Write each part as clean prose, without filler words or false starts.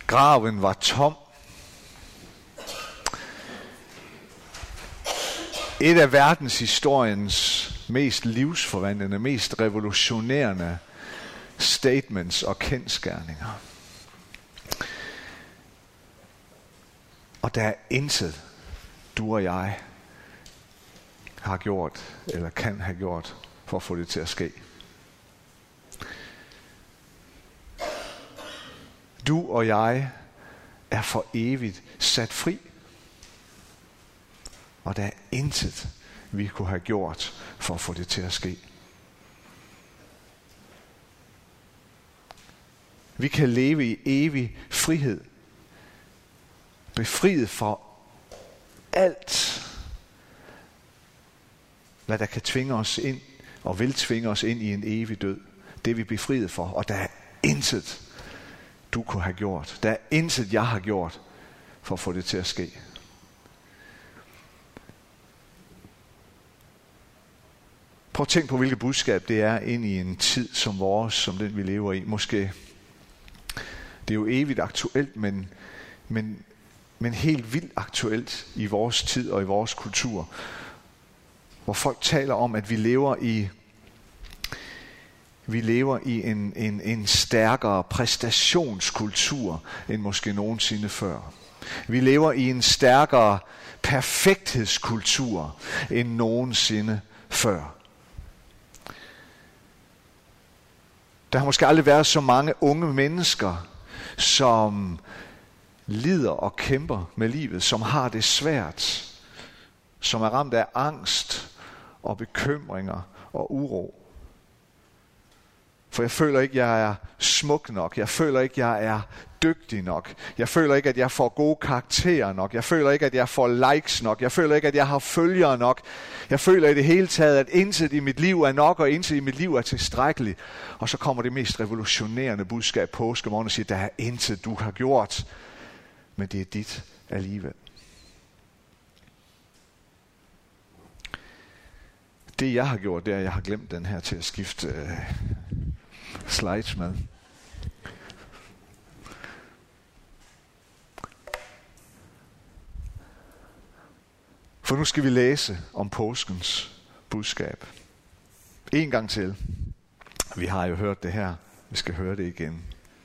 Graven var tom. Et af verdenshistoriens mest livsforvandlende, mest revolutionerende statements og kendsgerninger. Og der er intet, du og jeg har gjort, eller kan have gjort, for at få det til at ske. Du og jeg er for evigt sat fri. Og der er intet, vi kunne have gjort for at få det til at ske. Vi kan leve i evig frihed. Befriet for alt, hvad der kan tvinge os ind, og vil tvinge os ind i en evig død. Det er vi befriet for, og der er intet, du kunne have gjort. Der er intet, jeg har gjort, for at få det til at ske. Prøv at tænke på, hvilket budskab det er ind i en tid som vores, som den vi lever i. Måske, det er jo evigt aktuelt, men helt vildt aktuelt i vores tid og i vores kultur. Hvor folk taler om, at vi lever i en stærkere præstationskultur, end måske nogensinde før. Vi lever i en stærkere perfekthedskultur, end nogensinde før. Der har måske aldrig været så mange unge mennesker, som lider og kæmper med livet, som har det svært, som er ramt af angst og bekymringer og uro. For jeg føler ikke, jeg er smuk nok. Jeg føler ikke, jeg er dygtig nok. Jeg føler ikke, at jeg får gode karakterer nok. Jeg føler ikke, at jeg får likes nok. Jeg føler ikke, at jeg har følgere nok. Jeg føler i det hele taget, at intet i mit liv er nok, og intet i mit liv er tilstrækkeligt. Og så kommer det mest revolutionerende budskab påskemorgen og siger, der er intet, du har gjort, men det er dit alligevel. Det jeg har gjort, det er, at jeg har glemt den her til at skifte slides med. For nu skal vi læse om påskens budskab. En gang til. Vi har jo hørt det her. Vi skal høre det igen.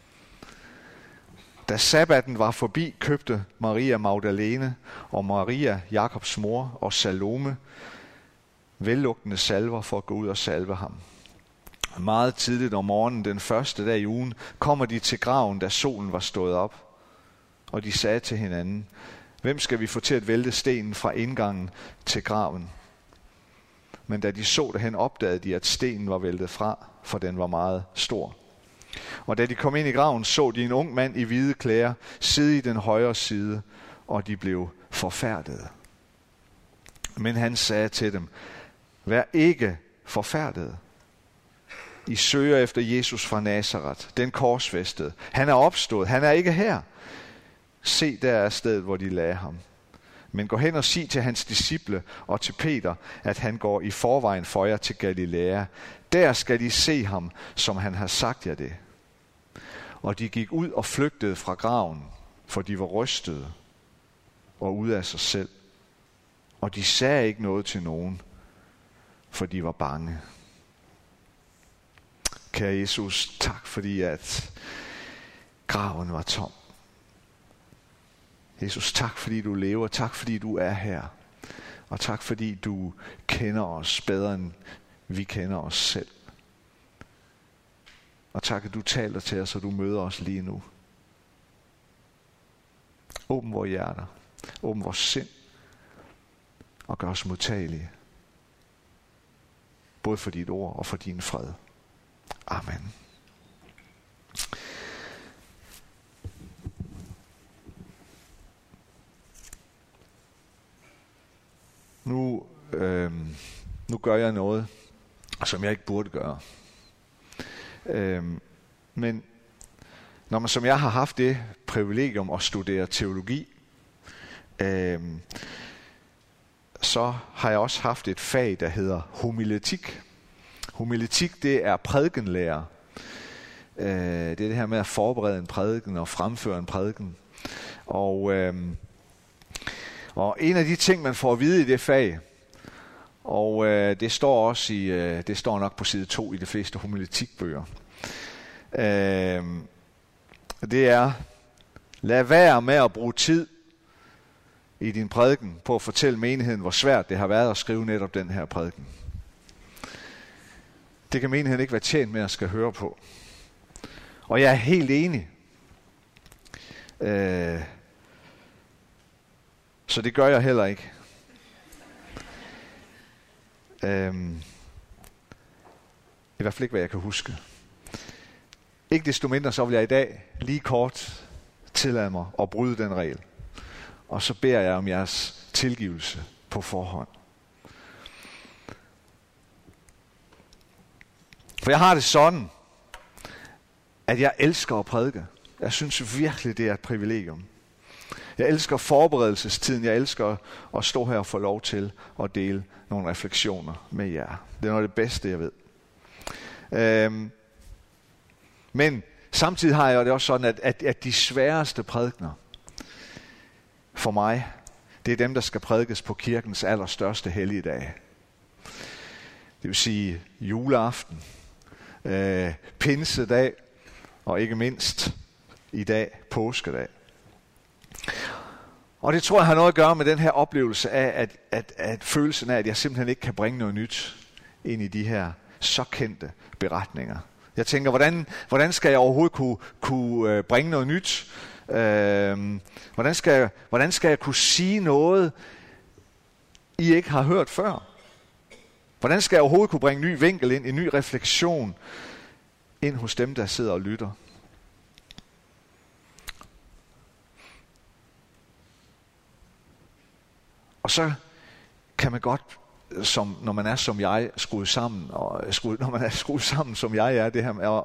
Da sabbaten var forbi, købte Maria Magdalene og Maria, Jakobs mor, og Salome vellugtende salver for at gå ud og salve ham. Meget tidligt om morgenen, den første dag i ugen, kommer de til graven, da solen var stået op. Og de sagde til hinanden, hvem skal vi få til at vælte stenen fra indgangen til graven? Men da de så derhen, opdagede de, at stenen var væltet fra, for den var meget stor. Og da de kom ind i graven, så de en ung mand i hvide klæder sidde i den højre side, og de blev forfærdede. Men han sagde til dem, vær ikke forfærdede. I søger efter Jesus fra Nazaret, den korsfæstede. Han er opstået, han er ikke her. Se, der er stedet, hvor de lagde ham. Men gå hen og sig til hans disciple og til Peter, at han går i forvejen for jer til Galilea. Der skal de se ham, som han har sagt jer det. Og de gik ud og flygtede fra graven, for de var rystede og ude af sig selv. Og de sagde ikke noget til nogen, for de var bange. Kære Jesus, tak fordi at graven var tom. Jesus, tak fordi du lever, tak fordi du er her. Og tak fordi du kender os bedre end vi kender os selv. Og tak at du taler til os, og du møder os lige nu. Åbn vores hjerter, åbn vores sind, og gør os modtagelige. Både for dit ord og for din fred. Amen. Nu gør jeg noget, som jeg ikke burde gøre. Men når man som jeg har haft det privilegium at studere teologi, så har jeg også haft et fag, der hedder homiletik. Homiletik, det er prædikenlære. Det er det her med at forberede en prædiken og fremføre en prædiken. Og en af de ting, man får at vide i det fag, og det står også det står nok på side 2 i de fleste homiletikbøger, det er: lad være med at bruge tid i din prædiken på at fortælle menigheden, hvor svært det har været at skrive netop den her prædiken. Det kan menigheden ikke være tjent med at skal høre på. Og jeg er helt enig. Så det gør jeg heller ikke. I hvert fald ikke, hvad jeg kan huske. Ikke desto mindre, så vil jeg i dag lige kort tillade mig at bryde den regel. Og så beder jeg om jeres tilgivelse på forhånd. For jeg har det sådan, at jeg elsker at prædike. Jeg synes virkelig, det er et privilegium. Jeg elsker forberedelsestiden. Jeg elsker at stå her og få lov til at dele nogle refleksioner med jer. Det er noget af det bedste, jeg ved. Men samtidig har jeg det også sådan, at de sværeste prædikener for mig, det er dem, der skal prædikes på kirkens allerstørste helligdag. Det vil sige juleaften, pinsedag og ikke mindst i dag påskedag. Og det tror jeg har noget at gøre med den her oplevelse af, at følelsen af, at jeg simpelthen ikke kan bringe noget nyt ind i de her så kendte beretninger. Jeg tænker, hvordan skal jeg overhovedet kunne bringe noget nyt? Hvordan skal jeg kunne sige noget, I ikke har hørt før? Hvordan skal jeg overhovedet kunne bringe ny vinkel ind, en ny refleksion ind hos dem, der sidder og lytter? Og så kan man godt, når man er som jeg, skruet sammen, når man er skruet sammen som jeg er, det her med,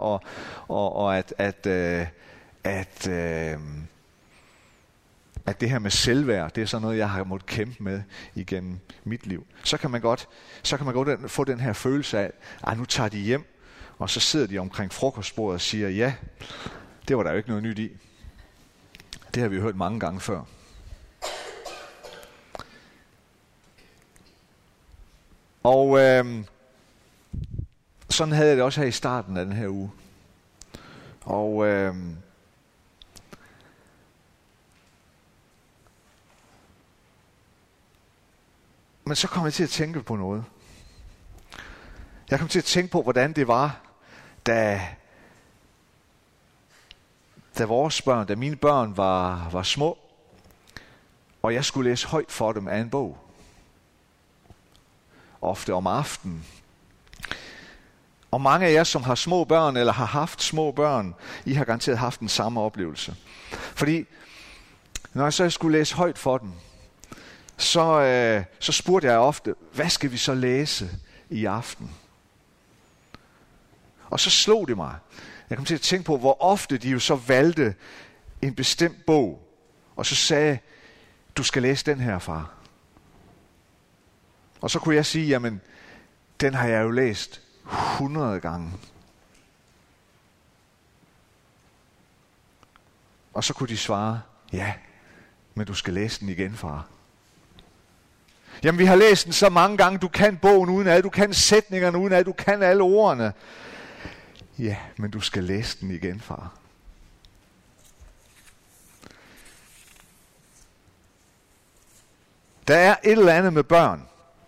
at det her med selvværd, det er sådan noget, jeg har måttet kæmpe med igennem mit liv. Så kan man godt få den her følelse af, at nu tager de hjem, og så sidder de omkring frokostbordet og siger, ja, det var der jo ikke noget nyt i. Det har vi jo hørt mange gange før. Og sådan havde jeg det også her i starten af den her uge. Og men så kom jeg til at tænke på noget. Jeg kom til at tænke på, hvordan det var, da vores børn, da mine børn var små, og jeg skulle læse højt for dem af en bog. Ofte om aftenen. Og mange af jer, som har små børn, eller har haft små børn, I har garanteret haft den samme oplevelse. Fordi, når jeg så skulle læse højt for dem, så spurgte jeg ofte, hvad skal vi så læse i aften? Og så slog det mig. Jeg kom til at tænke på, hvor ofte de jo så valgte en bestemt bog, og så sagde, du skal læse den her, far. Og så kunne jeg sige, jamen, den har jeg jo læst 100 gange. Og så kunne de svare, ja, men du skal læse den igen, far. Jamen, vi har læst den så mange gange, du kan bogen udenad, du kan sætningerne udenad, du kan alle ordene. Ja, men du skal læse den igen, far. Der er et eller andet med børn.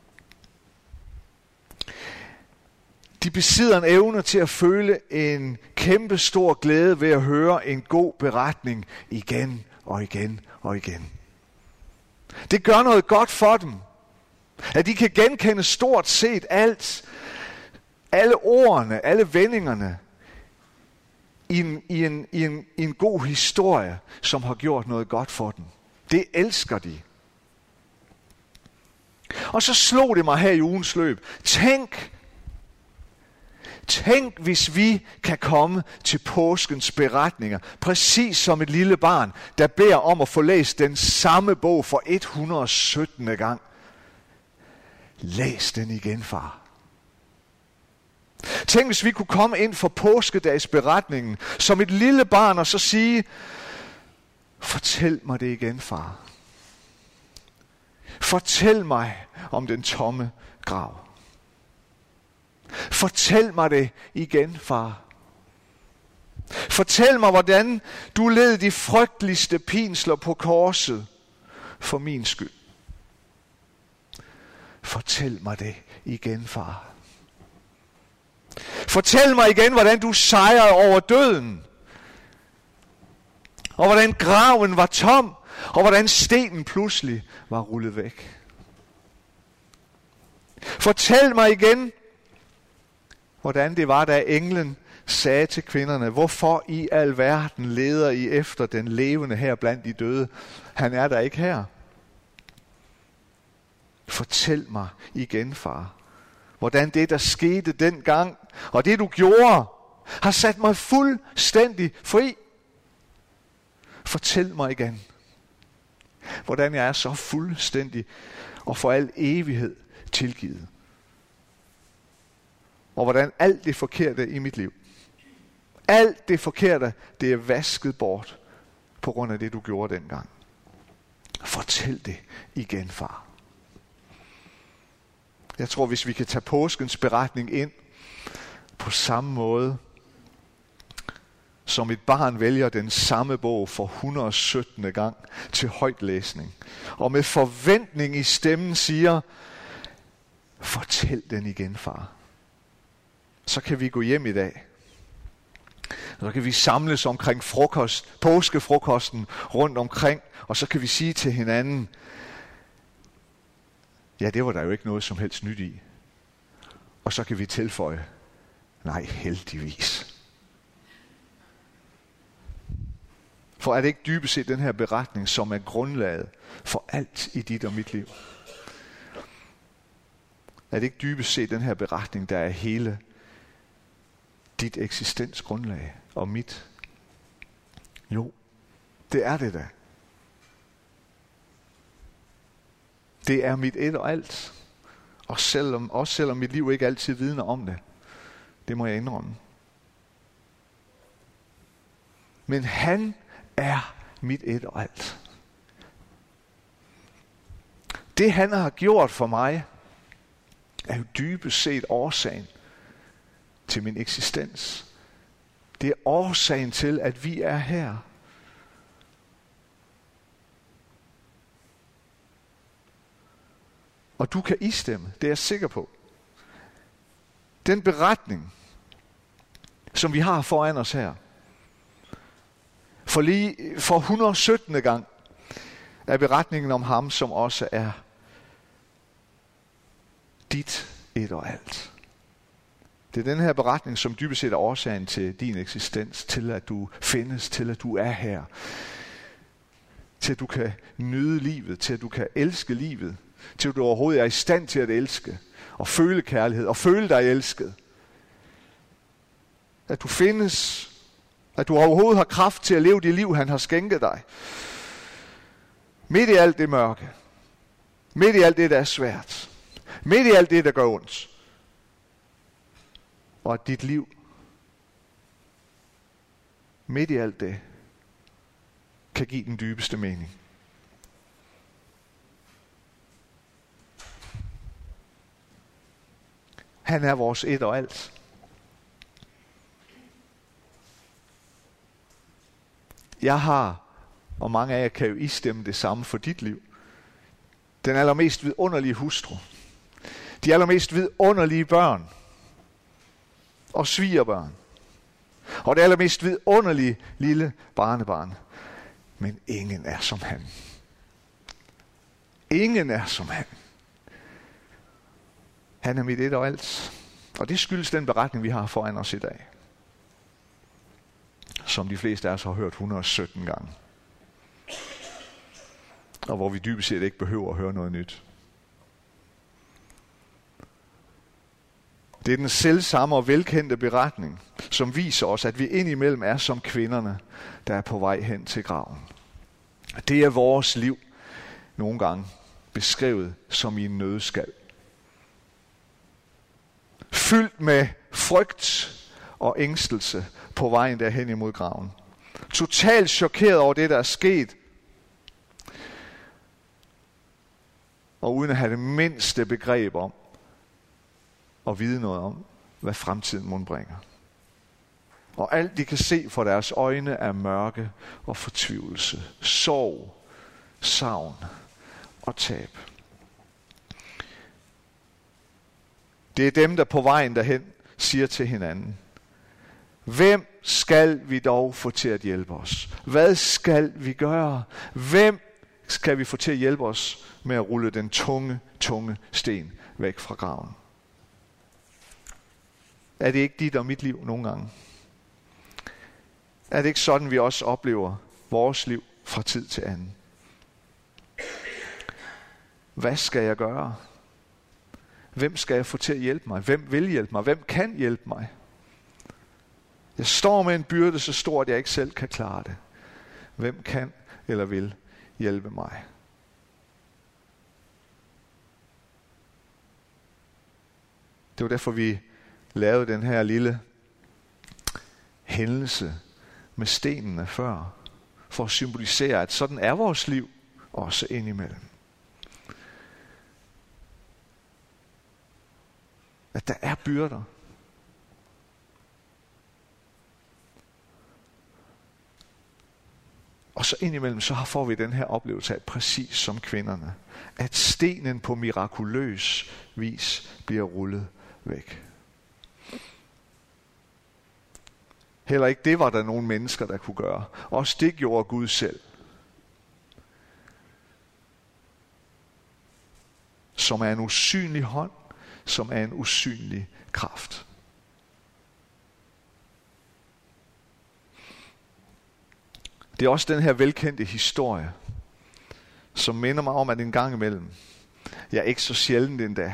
De besidder en evne til at føle en kæmpe stor glæde ved at høre en god beretning igen og igen og igen. Det gør noget godt for dem, at de kan genkende stort set alt, alle ordene, alle vendingerne i en god historie, som har gjort noget godt for dem. Det elsker de. Og så slog det mig her i ugens løb. Tænk, hvis vi kan komme til påskens beretninger, præcis som et lille barn, der beder om at få læst den samme bog for 117. gang. Læs den igen, far. Tænk, hvis vi kunne komme ind for påskedagsberetningen som et lille barn og så sige, fortæl mig det igen, far. Fortæl mig om den tomme grav. Fortæl mig det igen, far. Fortæl mig, hvordan du led de frygteligste pinsler på korset for min skyld. Fortæl mig det igen, far. Fortæl mig igen, hvordan du sejrede over døden. Og hvordan graven var tom. Og hvordan stenen pludselig var rullet væk. Fortæl mig igen, hvordan det var, da englen sagde til kvinderne, hvorfor i al verden leder I efter den levende her blandt de døde? Han er der ikke her. Fortæl mig igen, far, hvordan det, der skete dengang, og det, du gjorde, har sat mig fuldstændig fri. Fortæl mig igen, hvordan jeg er så fuldstændig og for al evighed tilgivet. Og hvordan alt det forkerte i mit liv, alt det forkerte, det er vasket bort på grund af det, du gjorde dengang. Fortæl det igen, far. Jeg tror, hvis vi kan tage påskens beretning ind på samme måde, som et barn vælger den samme bog for 117. gang til højtlæsning, og med forventning i stemmen siger, fortæl den igen, far. Så kan vi gå hjem i dag. Så kan vi samles omkring påskefrokosten rundt omkring, og så kan vi sige til hinanden, ja, det var der jo ikke noget som helst nyt i. Og så kan vi tilføje, nej, heldigvis. For er det ikke dybest set den her beretning, som er grundlaget for alt i dit og mit liv? Er det ikke dybest set den her beretning, der er hele dit eksistensgrundlag og mit? Jo, det er det da. Det er mit et og alt. Og selvom mit liv ikke altid vidner om det. Det må jeg indrømme. Men han er mit et og alt. Det han har gjort for mig, er jo dybest set årsagen til min eksistens. Det er årsagen til, at vi er her. Og du kan istemme, det er jeg sikker på. Den beretning, som vi har foran os her, for 117. gang, er beretningen om ham, som også er dit et og alt. Det er den her beretning, som dybest set er årsagen til din eksistens, til at du findes, til at du er her. Til at du kan nyde livet, til at du kan elske livet, til at du overhovedet er i stand til at elske, og føle kærlighed, og føle dig elsket. At du findes, at du overhovedet har kraft til at leve det liv, han har skænket dig. Midt i alt det mørke, midt i alt det, der er svært, midt i alt det, der gør ondt, og at dit liv, midt i alt det, kan give den dybeste mening. Han er vores et og alt. Jeg har, og mange af jer kan jo istemme det samme for dit liv, den allermest vidunderlige hustru, de allermest vidunderlige børn og svigerbørn, og det allermest vidunderlige lille barnebarn. Men ingen er som han. Ingen er som han. Han er mit et og alt. Og det skyldes den beretning, vi har foran os i dag. Som de fleste af os har hørt 117 gange. Og hvor vi dybest set ikke behøver at høre noget nyt. Det er den selvsamme og velkendte beretning, som viser os, at vi indimellem er som kvinderne, der er på vej hen til graven. Det er vores liv nogle gange beskrevet som i en nøddeskal. fyldt med frygt og ængstelse på vejen derhen imod graven. Totalt chokeret over det, der er sket. Og uden at have det mindste begreb om og vide noget om, hvad fremtiden må bringer. Og alt de kan se for deres øjne er mørke og fortvivlelse, sorg, savn og tab. Det er dem, der på vejen derhen siger til hinanden: hvem skal vi dog få til at hjælpe os? Hvad skal vi gøre? Hvem skal vi få til at hjælpe os med at rulle den tunge sten væk fra graven? Er det ikke dit og mit liv nogle gange? Er det ikke sådan, vi også oplever vores liv fra tid til anden? Hvad skal jeg gøre? Hvem skal jeg få til at hjælpe mig? Hvem vil hjælpe mig? Hvem kan hjælpe mig? Jeg står med en byrde så stor, at jeg ikke selv kan klare det. Hvem kan eller vil hjælpe mig? Det var derfor, vi lavede den her lille hændelse med stenene før, for at symbolisere, at sådan er vores liv også indimellem. At der er byrder. Og så indimellem så får vi den her oplevelse af, præcis som kvinderne, at stenen på mirakuløs vis bliver rullet væk. Heller ikke det var der nogen mennesker, der kunne gøre. Også det gjorde Gud selv. Som er en usynlig hånd, som er en usynlig kraft. Det er også den her velkendte historie, som minder mig om, at en gang imellem, ja ikke så sjældent endda,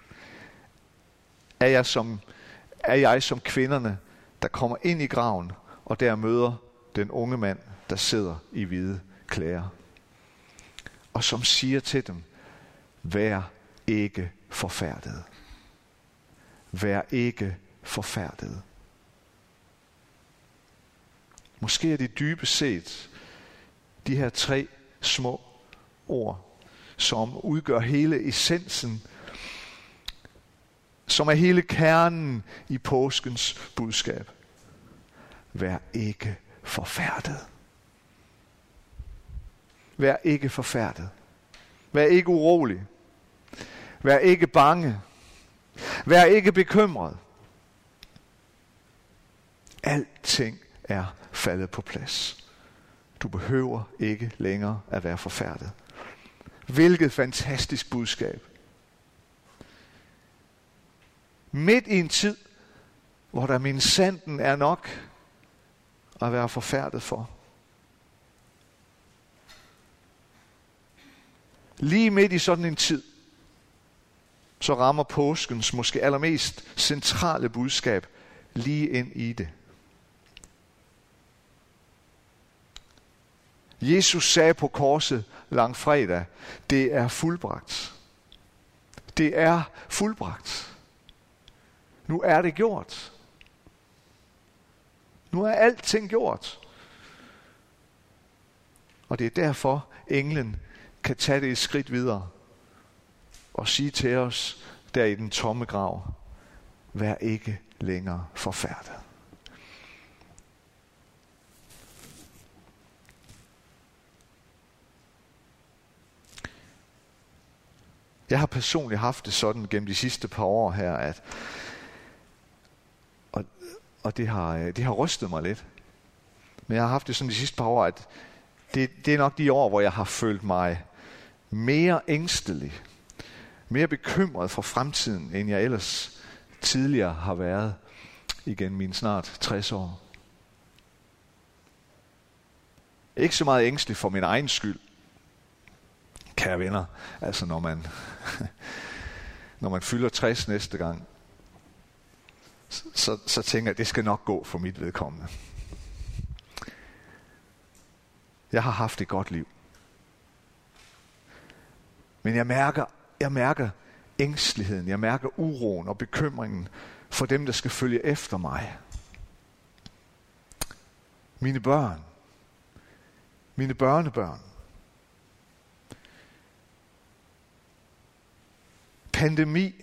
er jeg som kvinderne, der kommer ind i graven, og der møder den unge mand, der sidder i hvide klæder. Og som siger til dem: vær ikke forfærdet. Vær ikke forfærdet. Måske er det dybest set de her 3 små ord, som udgør hele essensen, som er hele kernen i påskens budskab. Vær ikke forfærdet. Vær ikke forfærdet. Vær ikke urolig. Vær ikke bange. Vær ikke bekymret. Alting er faldet på plads. Du behøver ikke længere at være forfærdet. Hvilket fantastisk budskab. Midt i en tid, hvor der minsanden er nok at være forfærdet for. Lige midt i sådan en tid, så rammer påskens måske allermest centrale budskab lige ind i det. Jesus sagde på korset langfredag: det er fuldbragt. Det er fuldbragt. Nu er det gjort. Nu er alting gjort. Og det er derfor, englen kan tage det et skridt videre og sige til os der i den tomme grav: vær ikke længere forfærdet. Jeg har personligt haft det sådan gennem de sidste par år her, at og det har rystet mig lidt. Men jeg har haft det sådan de sidste par år, at det er nok de år, hvor jeg har følt mig mere ængstelig, mere bekymret for fremtiden, end jeg ellers tidligere har været igennem mine snart 60 år. Ikke så meget ængstelig for min egen skyld, kære venner. Altså når man fylder 60 næste gang, så tænker jeg, at det skal nok gå for mit vedkommende. Jeg har haft et godt liv. Men jeg mærker ængsteligheden, jeg mærker uroen og bekymringen for dem, der skal følge efter mig. Mine børn. Mine børnebørn. Pandemi.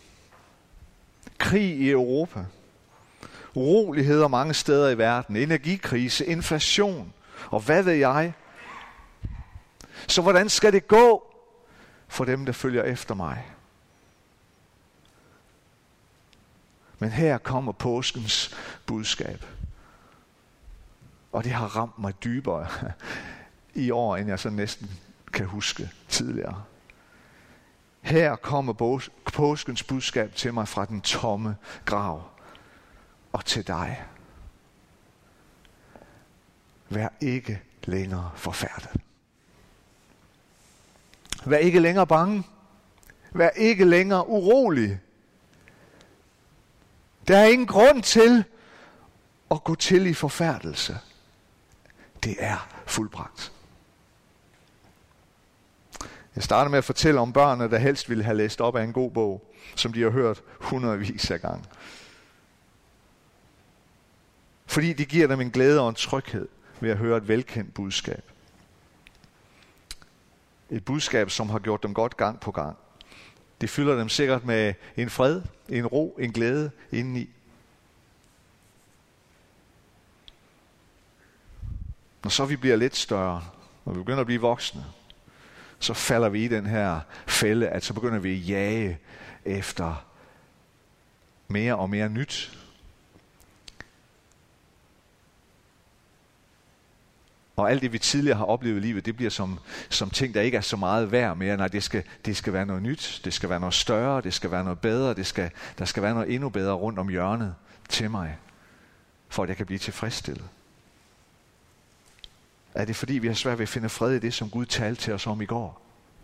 Krig i Europa. Uroligheder mange steder i verden. Energikrise, inflation og hvad ved jeg. Så hvordan skal det gå for dem, der følger efter mig? Men her kommer påskens budskab. Og det har ramt mig dybere i år, end jeg så næsten kan huske tidligere. Her kommer påskens budskab til mig fra den tomme grav og til dig. Vær ikke længere forfærdet. Vær ikke længere bange. Vær ikke længere urolig. Der er ingen grund til at gå til i forfærdelse. Det er fuldbragt. Jeg starter med at fortælle om børnene, der helst ville have læst op af en god bog, som de har hørt hundredvis af gange. Fordi de giver dem en glæde og en tryghed ved at høre et velkendt budskab. Et budskab, som har gjort dem godt gang på gang. Det fylder dem sikkert med en fred, en ro, en glæde indeni. Når så vi bliver lidt større, når vi begynder at blive voksne, så falder vi i den her fælde, at så begynder vi at jage efter mere og mere nyt. Og alt det, vi tidligere har oplevet i livet, det bliver som ting, der ikke er så meget værd mere. Nej, det skal være noget nyt, det skal være noget større, det skal være noget bedre, der skal være noget endnu bedre rundt om hjørnet til mig, for at jeg kan blive tilfredsstillet. Er det fordi, vi har svært ved at finde fred i det, som Gud talte til os om i går?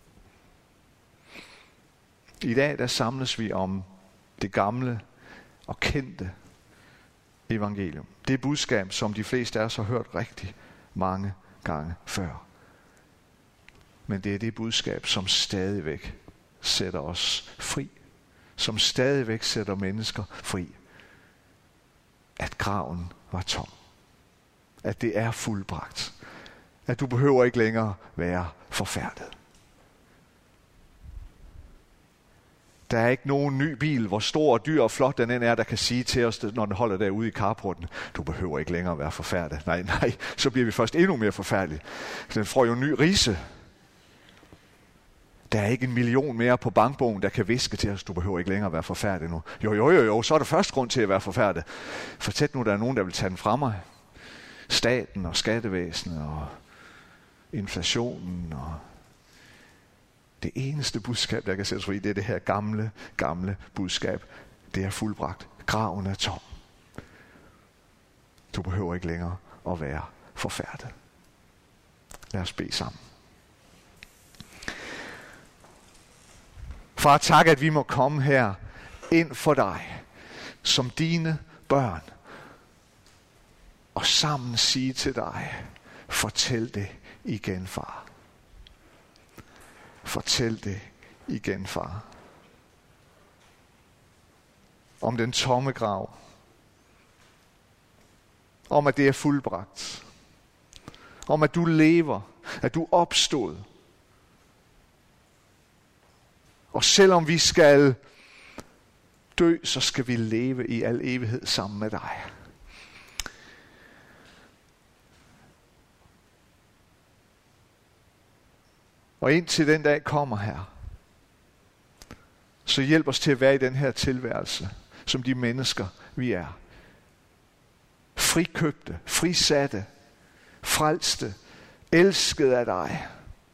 I dag, der samles vi om det gamle og kendte evangelium. Det budskab, som de fleste af os har hørt rigtig mange gange før. Men det er det budskab, som stadigvæk sætter os fri. Som stadigvæk sætter mennesker fri. At graven var tom. At det er fuldbragt. At du behøver ikke længere være forfærdet. Der er ikke nogen ny bil, hvor stor og dyr og flot den end er, der kan sige til os, når den holder derude i carporten, du behøver ikke længere være forfærdet. Nej, så bliver vi først endnu mere forfærdelige. Så den får jo en ny rise. Der er ikke 1 million mere på bankbogen, der kan viske til os, du behøver ikke længere være forfærdet nu. Jo, så er der først grund til at være forfærdet. Fortæt nu, der er nogen, der vil tage den fra mig. Staten og skattevæsenet og inflationen og det eneste budskab, der kan sættes fri, det er det her gamle budskab. Det er fuldbragt. Graven er tom. Du behøver ikke længere at være forfærdet. Lad os bede sammen. Far, tak, at vi må komme her ind for dig, som dine børn, og sammen sige til dig, fortæl det igen, far. Fortæl det igen, far. Om den tomme grav. Om at det er fuldbragt. Om at du lever. At du opstod. Og selvom vi skal dø, så skal vi leve i al evighed sammen med dig. Og indtil den dag kommer her, så hjælp os til at være i den her tilværelse, som de mennesker vi er. Frikøbte, frisatte, frelste, elsket af dig.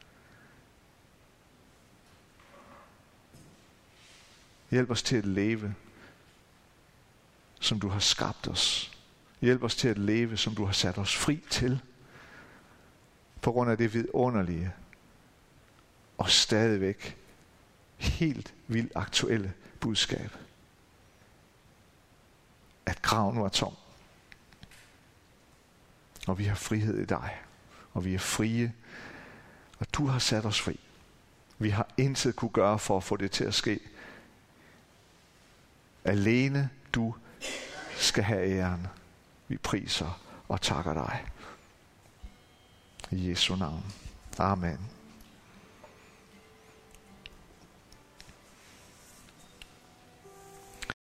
Hjælp os til at leve, som du har skabt os. Hjælp os til at leve, som du har sat os fri til. På grund af det vidunderlige og stadigvæk helt vildt aktuelle budskab. At graven var tom. Og vi har frihed i dig. Og vi er frie. Og du har sat os fri. Vi har intet kunne gøre for at få det til at ske. Alene Du skal have æren. Vi priser og takker dig. I Jesu navn. Amen.